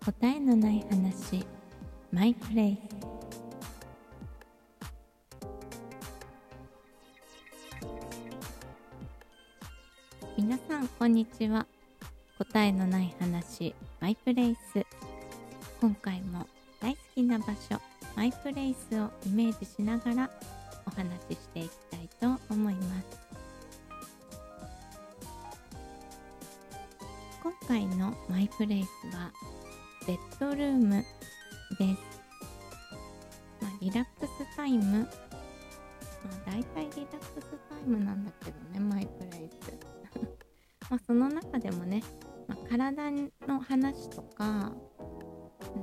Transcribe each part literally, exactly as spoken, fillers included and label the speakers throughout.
Speaker 1: 答えのない話、マイプレイス。皆さんこんにちは。答えのない話、マイプレイス。今回も大好きな場所、マイプレイスをイメージしながらお話ししていきたいと思います。今回のマイプレイスはベッドルームです。まあ、リラックスタイム、まあ、大体リラックスタイムなんだけどね、マイプレイスまあその中でもね、まあ、体の話とか、うん、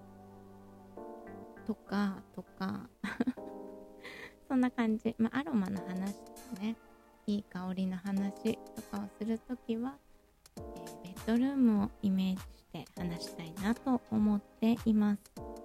Speaker 1: とかとかそんな感じ、まあ、アロマの話とかね、いい香りの話とかをするときは、えー、ベッドルームをイメージして話したいなと思っています。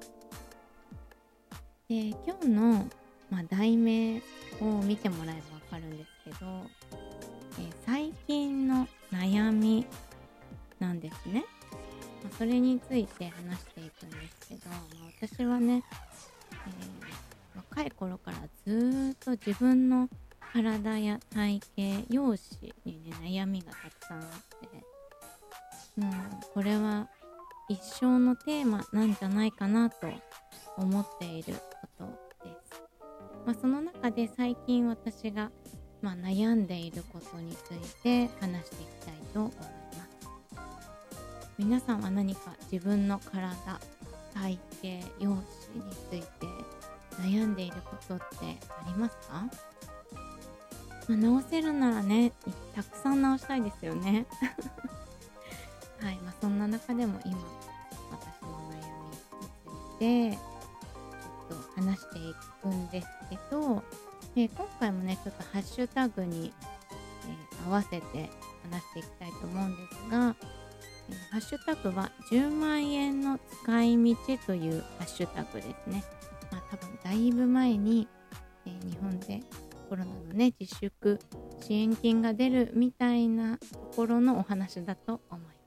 Speaker 1: で、今日の、まあ、題名を見てもらえばわかるんですけど、えー、最近の悩みなんですね。まあ、それについて話していくんですけど、まあ、私はね、えー、若い頃からずーっと自分の体や体型、容姿にね、悩みがたくさんあって、もうこれは一生のテーマなんじゃないかなと思っていることです。まあ、その中で最近私が、まあ、悩んでいることについて話していきたいと思います。皆さんは何か自分の体、体型、容姿について悩んでいることってありますか？まあ、直せるならね、たくさん直したいですよねはい、まあ、そんな中でも今私の悩みについてちょっと話していくんですけど、えー、今回もねちょっとハッシュタグに、えー、合わせて話していきたいと思うんですが、えー、ハッシュタグはじゅうまんえんの使い道というハッシュタグですね。まあ多分だいぶ前に、えー、日本でコロナのね自粛支援金が出るみたいなところのお話だと思います。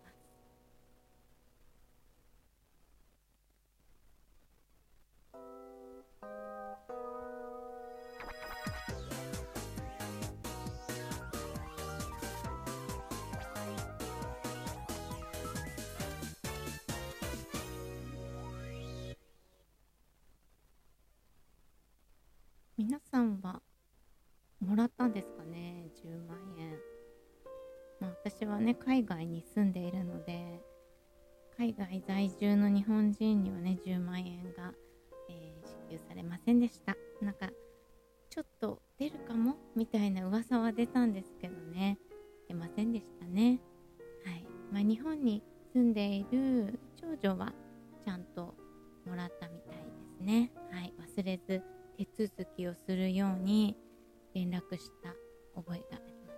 Speaker 1: 皆さんはもらったんですかね、じゅうまんえん。まあ、私はね海外に住んでいるので、海外在住の日本人にはねじゅうまんえんが、えー、支給されませんでした。なんかちょっと出るかもみたいな噂は出たんですけどね、出ませんでしたね。はい、まあ、日本に住んでいる長女はちゃんともらったみたいですね。はい、忘れず手続きをするように連絡した覚えがあります。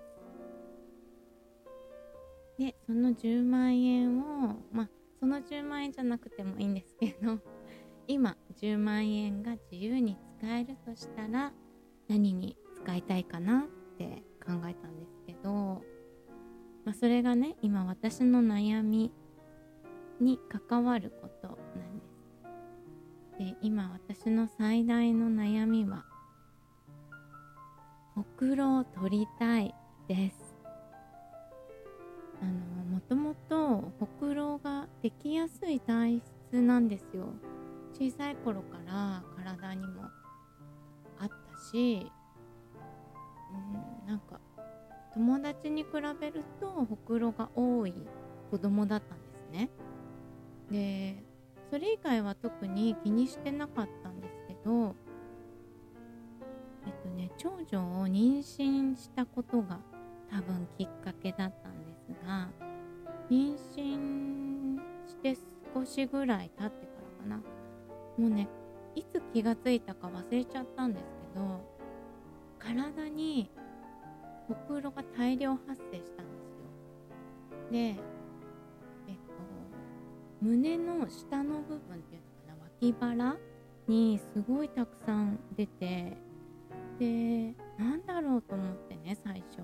Speaker 1: で、そのじゅうまんえんを、まあそのじゅうまんえんじゃなくてもいいんですけど、今じゅうまんえんが自由に使えるとしたら何に使いたいかなって考えたんですけど、まあ、それがね今私の悩みに関わることなんです。で、今私の最大の悩みはほくろを取りたいです。あのもともとほくろができやすい体質なんですよ。小さい頃から体にもあったし、うん、なんか友達に比べるとほくろが多い子供だったんですね。で、それ以外は特に気にしてなかったんですけど、えっとね長女を妊娠したことが多分きっかけだったんですが、妊娠して少しぐらい経ってからかな、もうねいつ気がついたか忘れちゃったんですけど、体にほくろが大量発生したんですよ。で、えっと胸の下の部分っていうのかな、脇腹にすごいたくさん出て、で、なんだろうと思ってね、最初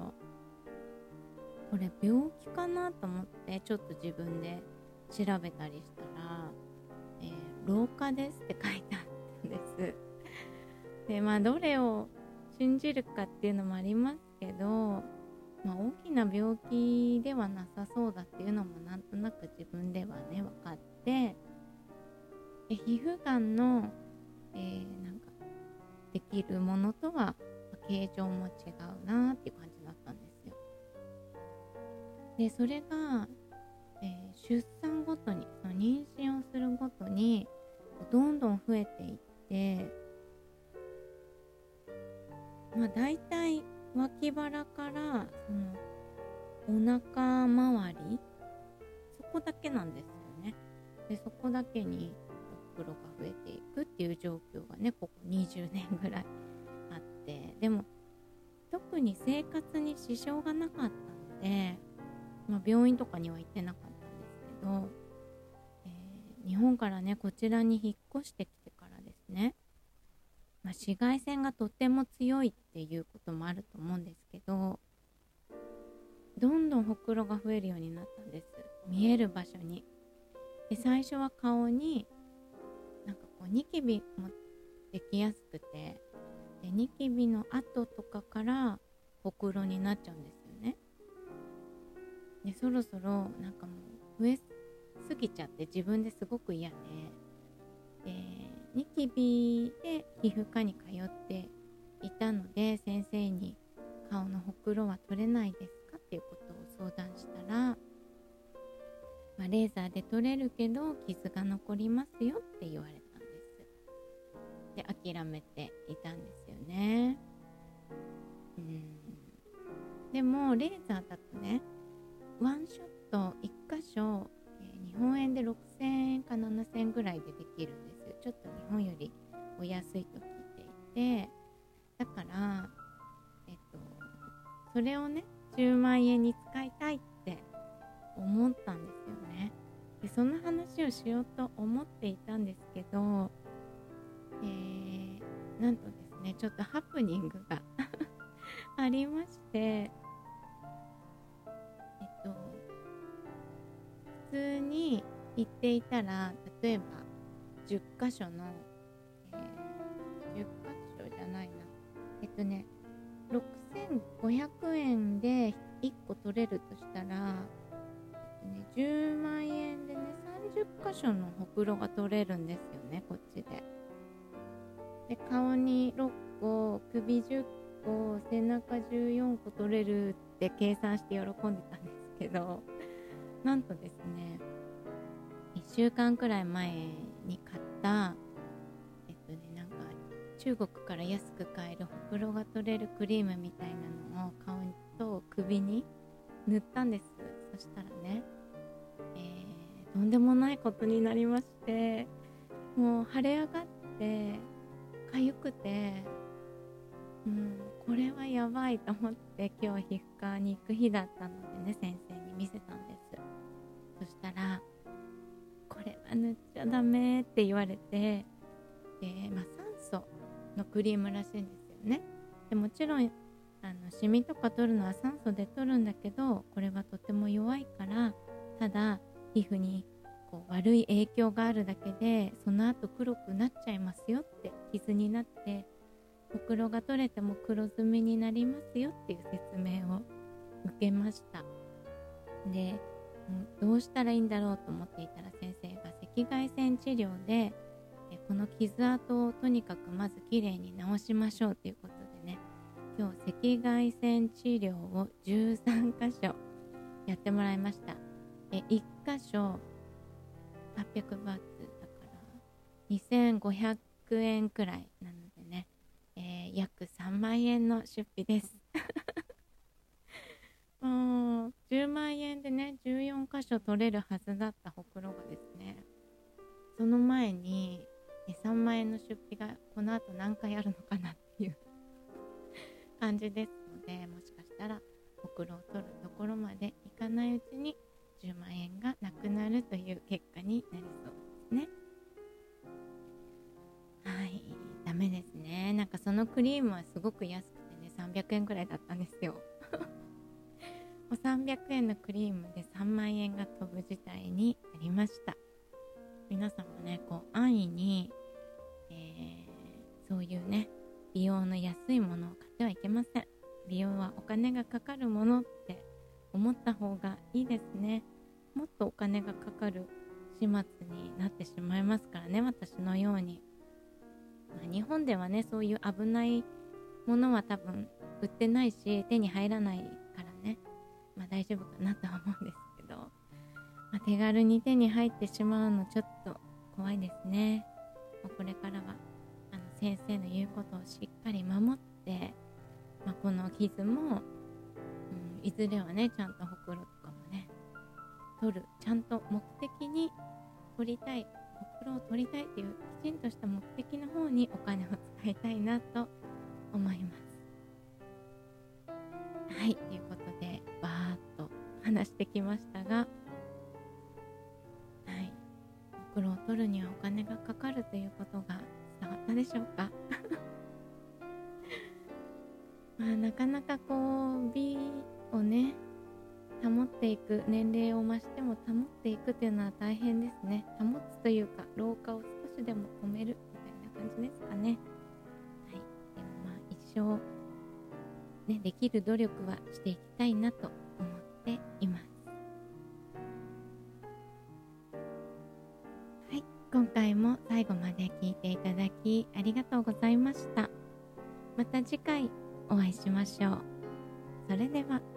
Speaker 1: これ病気かなと思ってちょっと自分で調べたりしたら、 老化ですって書いてあったんです。でまあどれを信じるかっていうのもありますけど、まあ、大きな病気ではなさそうだっていうのもなんとなく自分ではね分かって、で皮膚がんの、えー、なんかできるものとは、まあ、形状も違うなっていう感じだったんですよ。でそれが、えー、出産ごとに、その妊娠をするごとにどんどん増えていって、まあ大体脇腹からそのお腹周り、そこだけなんですよね。でそこだけにほくろが増えていくっていう状況がね、ここにじゅうねんぐらいあって、でも特に生活に支障がなかったので、まあ、病院とかには行ってなかったんですけど、えー、日本からねこちらに引っ越してきてからですね、まあ、紫外線がとっても強いっていうこともあると思うんですけど、どんどんほくろが増えるようになったんです。見える場所に。で最初は顔になんかこうニキビもできやすくて、でニキビの跡とかからほくろになっちゃうんですよね。でそろそろなんかもう増えすぎちゃって自分ですごく嫌で、でニキビで皮膚科に通っていたので、先生に顔のほくろは取れないですかっていうことを相談したら、まあ、レーザーで取れるけど傷が残りますよって言われたんです。で諦めていたんですよね。うんでもレーザーだとね、ワンショットいっ箇所、えー、日本円でろくせんえんかななせんえんぐらいでできるんです。ちょっと日本よりお安いと聞いていて、だからえっとそれをねじゅうまんえんに使いたいって思ったんですよね。でその話をしようと思っていたんですけど、えー、なんとですねちょっとハプニングがありまして、えっと普通に行っていたら、例えばじゅっ箇所の、えー、じゅっ箇所じゃないなえっとねろくせんごひゃくえんでいっこ取れるとしたら、ね、じゅうまんえんでねさんじゅっ箇所のほくろが取れるんですよね、こっちで。で顔にろっこ、首じゅっこ、背中じゅうよんこ取れるって計算して喜んでたんですけど、なんとですねいっしゅうかんくらい前に買ったえっとねなんか中国から安く買えるほくろが取れるクリームみたいなのを顔と首に塗ったんです。そしたらね、えー、とんでもないことになりまして、もう腫れ上がって痒くて、もうこれはやばいと思って、今日皮膚科に行く日だったのでね先生に見せたんです。そしたらこれは塗っちゃダメって言われて、で、まあ、酸素のクリームらしいんですよね。でもちろんあのシミとか取るのは酸素で取るんだけど、これはとても弱いから、ただ皮膚にこう悪い影響があるだけでその後黒くなっちゃいますよって、傷になってほくろが取れても黒ずみになりますよっていう説明を受けました。でどうしたらいいんだろうと思っていたら、先生が赤外線治療でこの傷跡をとにかくまずきれいに治しましょうということでね、今日赤外線治療をじゅうさんかしょやってもらいました。えいっかしょはっぴゃくバーツだからにせんごひゃくえんくらいなのでね、えー、約さんまんえんの出費ですもうじゅうまんえんでねじゅうよんかしょ取れるはずだったほくろがですね、その前にさんまんえんの出費がこの後何回あるのかなっていう感じですので、もしかしたらほくろを取るところまでいかないうちにじゅうまんえんがなくなるという結果になりそうですね。はい、ダメですね。なんかそのクリームはすごく安くてねさんびゃくえんくらいだったんですよもうさんびゃくえんのクリームでさんまんえんが飛ぶ事態になりました。 皆さんもねこう安易に、えー、そういうね美容の安いものを買ってはいけません。美容はお金がかかるものって思った方がいいですね。もっとお金がかかる始末になってしまいますからね、私のように。まあ、日本ではねそういう危ないものは多分売ってないし手に入らないからね、まあ大丈夫かなとは思うんですけど、まあ、手軽に手に入ってしまうのちょっと怖いですね。もうこれからはあの先生の言うことをしっかり守って、まあ、この傷も、うん、いずれはねちゃんとほくろとかもね取る、ちゃんと目的に取りたい、ほくろを取りたいっていうきちんとした目的の方にお金を使いたいなと思います。はい、ということでバーっと話してきましたが、はい、ほくろを取るにはお金がかかるということが伝わったでしょうかまあなかなかこう美をね保っていく、年齢を増しても保っていくというのは大変ですね。保つというか老化を少しでも止めるみたいな感じですかね。はい、でもまあ一生ねできる努力はしていきたいなと思っています。はい、今回も最後まで聞いていただきありがとうございました。また次回お会いしましょう。それでは。